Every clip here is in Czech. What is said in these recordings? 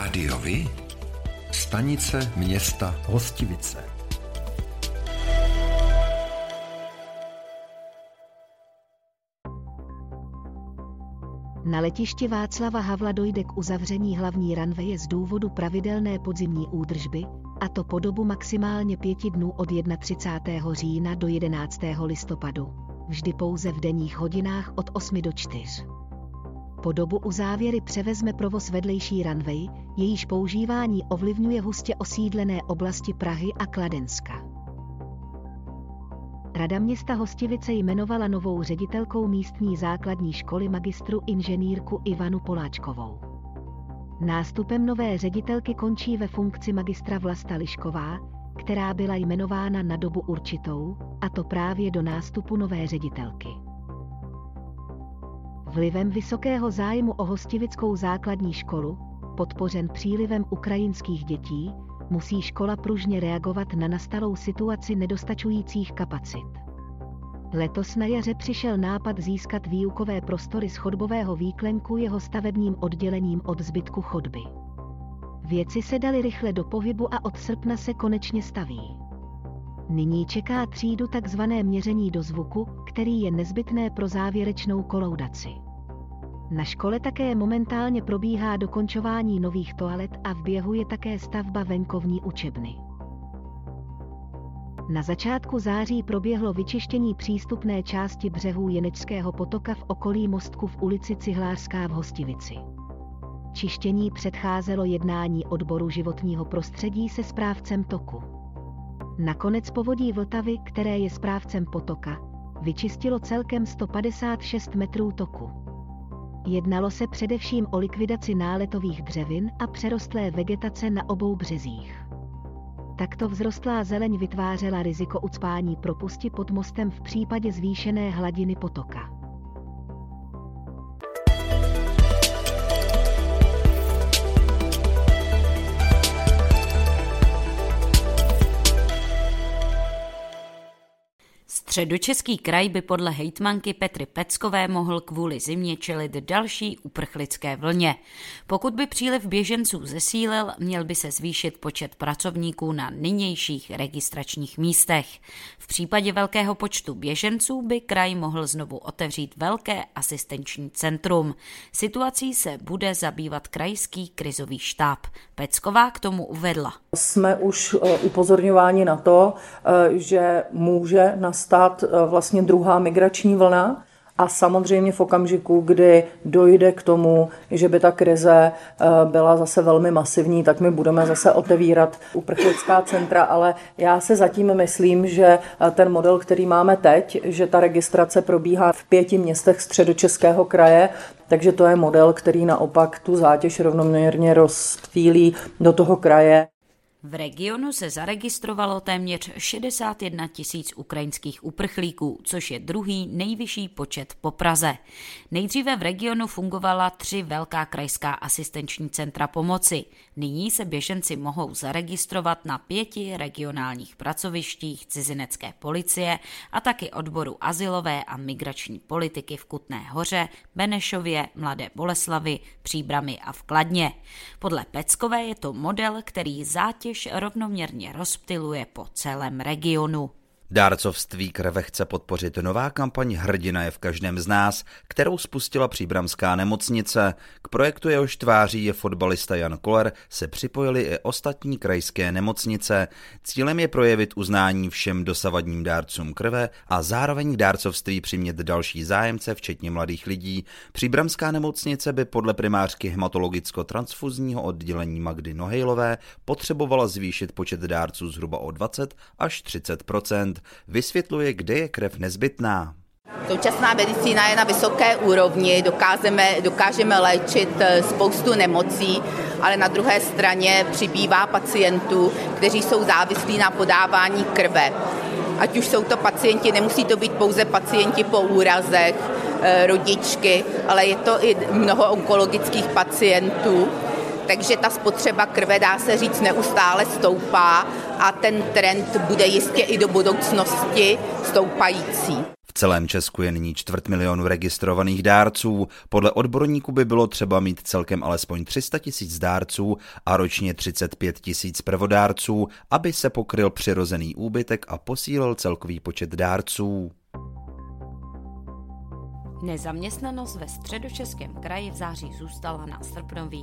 Rádiovi? Stanice města Hostivice. Na letišti Václava Havla dojde k uzavření hlavní ranveje z důvodu pravidelné podzimní údržby, a to po dobu maximálně 5 dnů od 31. října do 11. listopadu, vždy pouze v denních hodinách od 8 do 4. Po dobu uzávěry převezme provoz vedlejší ranvej, jejíž používání ovlivňuje hustě osídlené oblasti Prahy a Kladenska. Rada města Hostivice jmenovala novou ředitelkou místní základní školy magistru inženýrku Ivanu Poláčkovou. Nástupem nové ředitelky končí ve funkci magistra Vlasta Lišková, která byla jmenována na dobu určitou, a to právě do nástupu nové ředitelky. Vlivem vysokého zájmu o hostivickou základní školu, podpořen přílivem ukrajinských dětí, musí škola pružně reagovat na nastalou situaci nedostačujících kapacit. Letos na jaře přišel nápad získat výukové prostory z chodbového výklenku jeho stavebním oddělením od zbytku chodby. Věci se daly rychle do pohybu a od srpna se konečně staví. Nyní čeká třídu takzvané měření dozvuku, který je nezbytné pro závěrečnou kolaudaci. Na škole také momentálně probíhá dokončování nových toalet a v běhu je také stavba venkovní učebny. Na začátku září proběhlo vyčištění přístupné části břehů Jenečského potoka v okolí mostku v ulici Cihlářská v Hostivici. Čištění předcházelo jednání odboru životního prostředí se správcem toku. Nakonec povodí Vltavy, které je správcem potoka, vyčistilo celkem 156 metrů toku. Jednalo se především o likvidaci náletových dřevin a přerostlé vegetace na obou březích. Takto vzrostlá zeleň vytvářela riziko ucpání propusti pod mostem v případě zvýšené hladiny potoka. Středočeský kraj by podle hejtmanky Petry Peckové mohl kvůli zimě čelit další uprchlické vlně. Pokud by příliv běženců zesílil, měl by se zvýšit počet pracovníků na nynějších registračních místech. V případě velkého počtu běženců by kraj mohl znovu otevřít velké asistenční centrum. Situací se bude zabývat krajský krizový štáb. Pecková k tomu uvedla. Jsme už upozorňováni na to, že může nastat vlastně druhá migrační vlna a samozřejmě v okamžiku, kdy dojde k tomu, že by ta krize byla zase velmi masivní, tak my budeme zase otevírat uprchlická centra, ale já se zatím myslím, že ten model, který máme teď, že ta registrace probíhá v 5 městech Středočeského kraje, takže to je model, který naopak tu zátěž rovnoměrně rozptýlí do toho kraje. V regionu se zaregistrovalo téměř 61 000 ukrajinských uprchlíků, což je druhý nejvyšší počet po Praze. Nejdříve v regionu fungovala 3 velká krajská asistenční centra pomoci. Nyní se běženci mohou zaregistrovat na 5 regionálních pracovištích cizinecké policie a taky odboru azylové a migrační politiky v Kutné Hoře, Benešově, Mladé Boleslavi, Příbrami a v Kladně. Podle Peckové je to model, který zátěž rovnoměrně rozptyluje po celém regionu. Dárcovství krve chce podpořit nová kampaň Hrdina je v každém z nás, kterou spustila příbramská nemocnice. K projektu jehož tváří je fotbalista Jan Koller se připojili i ostatní krajské nemocnice. Cílem je projevit uznání všem dosavadním dárcům krve a zároveň k dárcovství přimět další zájemce, včetně mladých lidí. Příbramská nemocnice by podle primářky hematologicko-transfuzního oddělení Magdy Nohejlové potřebovala zvýšit počet dárců zhruba o 20 až 30%. Vysvětluje, kde je krev nezbytná. Současná medicína je na vysoké úrovni, dokážeme léčit spoustu nemocí, ale na druhé straně přibývá pacientů, kteří jsou závislí na podávání krve. Ať už jsou to pacienti, nemusí to být pouze pacienti po úrazech, rodičky, ale je to i mnoho onkologických pacientů. Takže ta spotřeba krve, dá se říct, neustále stoupá a ten trend bude jistě i do budoucnosti stoupající. V celém Česku je nyní 250 000 registrovaných dárců. Podle odborníků by bylo třeba mít celkem alespoň 300 000 dárců a ročně 35 000 prvodárců, aby se pokryl přirozený úbytek a posílil celkový počet dárců. Nezaměstnanost ve Středočeském kraji v září zůstala na srpnových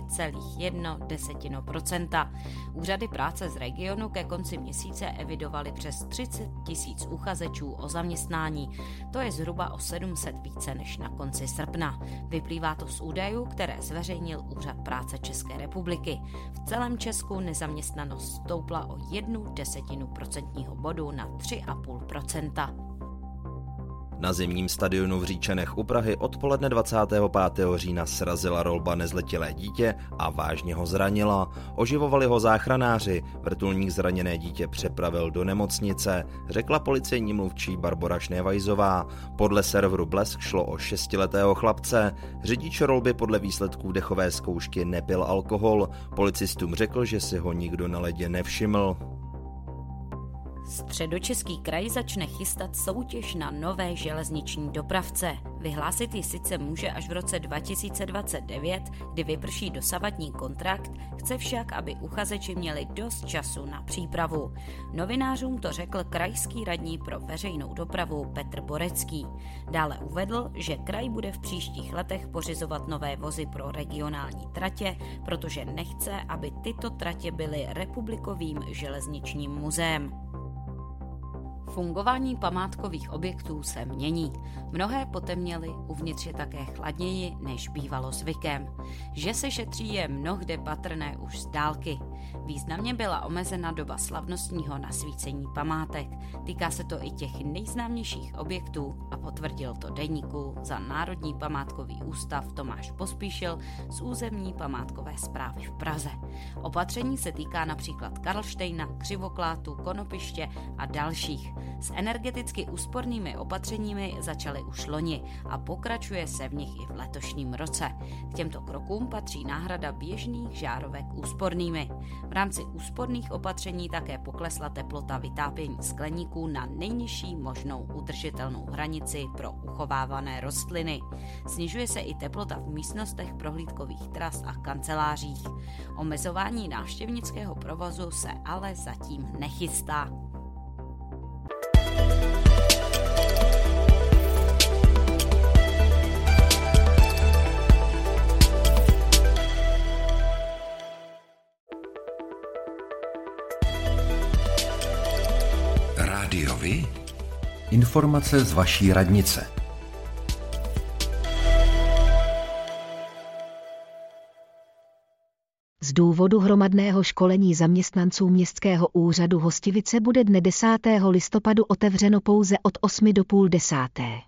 3,1%. Úřady práce z regionu ke konci měsíce evidovaly přes 30 000 uchazečů o zaměstnání. To je zhruba o 700 více než na konci srpna. Vyplývá to z údajů, které zveřejnil Úřad práce České republiky. V celém Česku nezaměstnanost stoupla o 0,1 procentního bodu na 3,5%. Na zimním stadionu v Říčanech u Prahy odpoledne 25. října srazila rolba nezletilé dítě a vážně ho zranila. Oživovali ho záchranáři, vrtulník zraněné dítě přepravil do nemocnice, řekla policejní mluvčí Barbora Šnevajzová. Podle serveru Blesk šlo o 6letého chlapce. Řidič rolby podle výsledků dechové zkoušky nepil alkohol. Policistům řekl, že si ho nikdo na ledě nevšiml. Středočeský kraj začne chystat soutěž na nové železniční dopravce. Vyhlásit ji sice může až v roce 2029, kdy vyprší dosavadní kontrakt, chce však, aby uchazeči měli dost času na přípravu. Novinářům to řekl krajský radní pro veřejnou dopravu Petr Borecký. Dále uvedl, že kraj bude v příštích letech pořizovat nové vozy pro regionální tratě, protože nechce, aby tyto tratě byly republikovým železničním muzeem. Fungování památkových objektů se mění. Mnohé potemněly, uvnitř je také chladněji, než bývalo zvykem. Že se šetří, je mnohde patrné už z dálky. Významně byla omezena doba slavnostního nasvícení památek. Týká se to i těch nejznámějších objektů a potvrdil to deníku za Národní památkový ústav Tomáš Pospíšil z územní památkové správy v Praze. Opatření se týká například Karlštejna, Křivoklátu, Konopiště a dalších. S energeticky úspornými opatřeními začaly už loni a pokračuje se v nich i v letošním roce. K těmto krokům patří náhrada běžných žárovek úspornými. V rámci úsporných opatření také poklesla teplota vytápění skleníků na nejnižší možnou udržitelnou hranici pro uchovávané rostliny. Snižuje se i teplota v místnostech prohlídkových tras a kancelářích. Omezování návštěvnického provozu se ale zatím nechystá. Rádiovi? Informace z vaší radnice. Z důvodu hromadného školení zaměstnanců Městského úřadu Hostivice bude dne 10. listopadu otevřeno pouze od 8 do 9:30.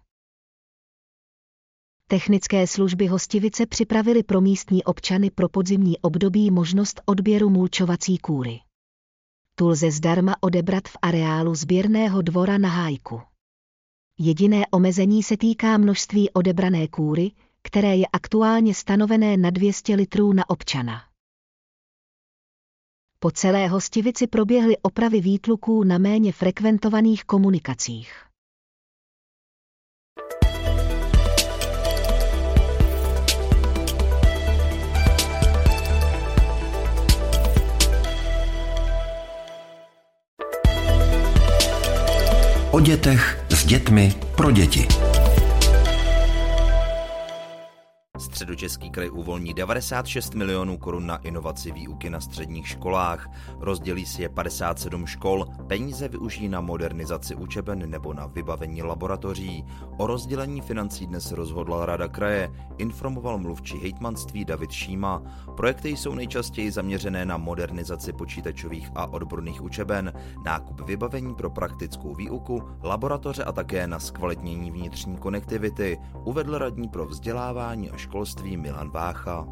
Technické služby Hostivice připravily pro místní občany pro podzimní období možnost odběru mulčovací kůry. Tu lze zdarma odebrat v areálu sběrného dvora na Hájku. Jediné omezení se týká množství odebrané kůry, které je aktuálně stanovené na 200 litrů na občana. Po celé Hostivici proběhly opravy výtluků na méně frekventovaných komunikacích. O dětech, s dětmi, pro děti. Středočeský kraj uvolní 96 milionů korun na inovaci výuky na středních školách. Rozdělí si je 57 škol, peníze využijí na modernizaci učeben nebo na vybavení laboratoří. O rozdělení financí dnes rozhodla Rada kraje, informoval mluvčí hejtmanství David Šíma. Projekty jsou nejčastěji zaměřené na modernizaci počítačových a odborných učeben, nákup vybavení pro praktickou výuku, laboratoře a také na zkvalitnění vnitřní konektivity, uvedl radní pro vzdělávání a školství Milan Vácha.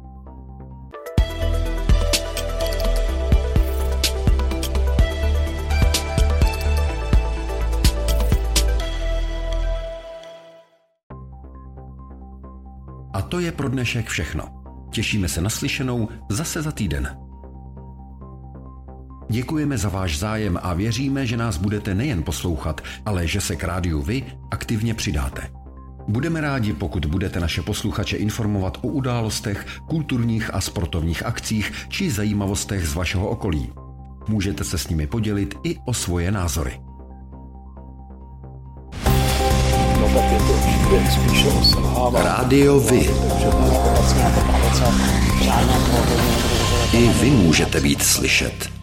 A to je pro dnešek všechno. Těšíme se na slyšenou zase za týden. Děkujeme za váš zájem a věříme, že nás budete nejen poslouchat, ale že se k rádiu vy aktivně přidáte. Budeme rádi, pokud budete naše posluchače informovat o událostech, kulturních a sportovních akcích či zajímavostech z vašeho okolí. Můžete se s nimi podělit i o svoje názory. Rádio Vy. I vy můžete být slyšet.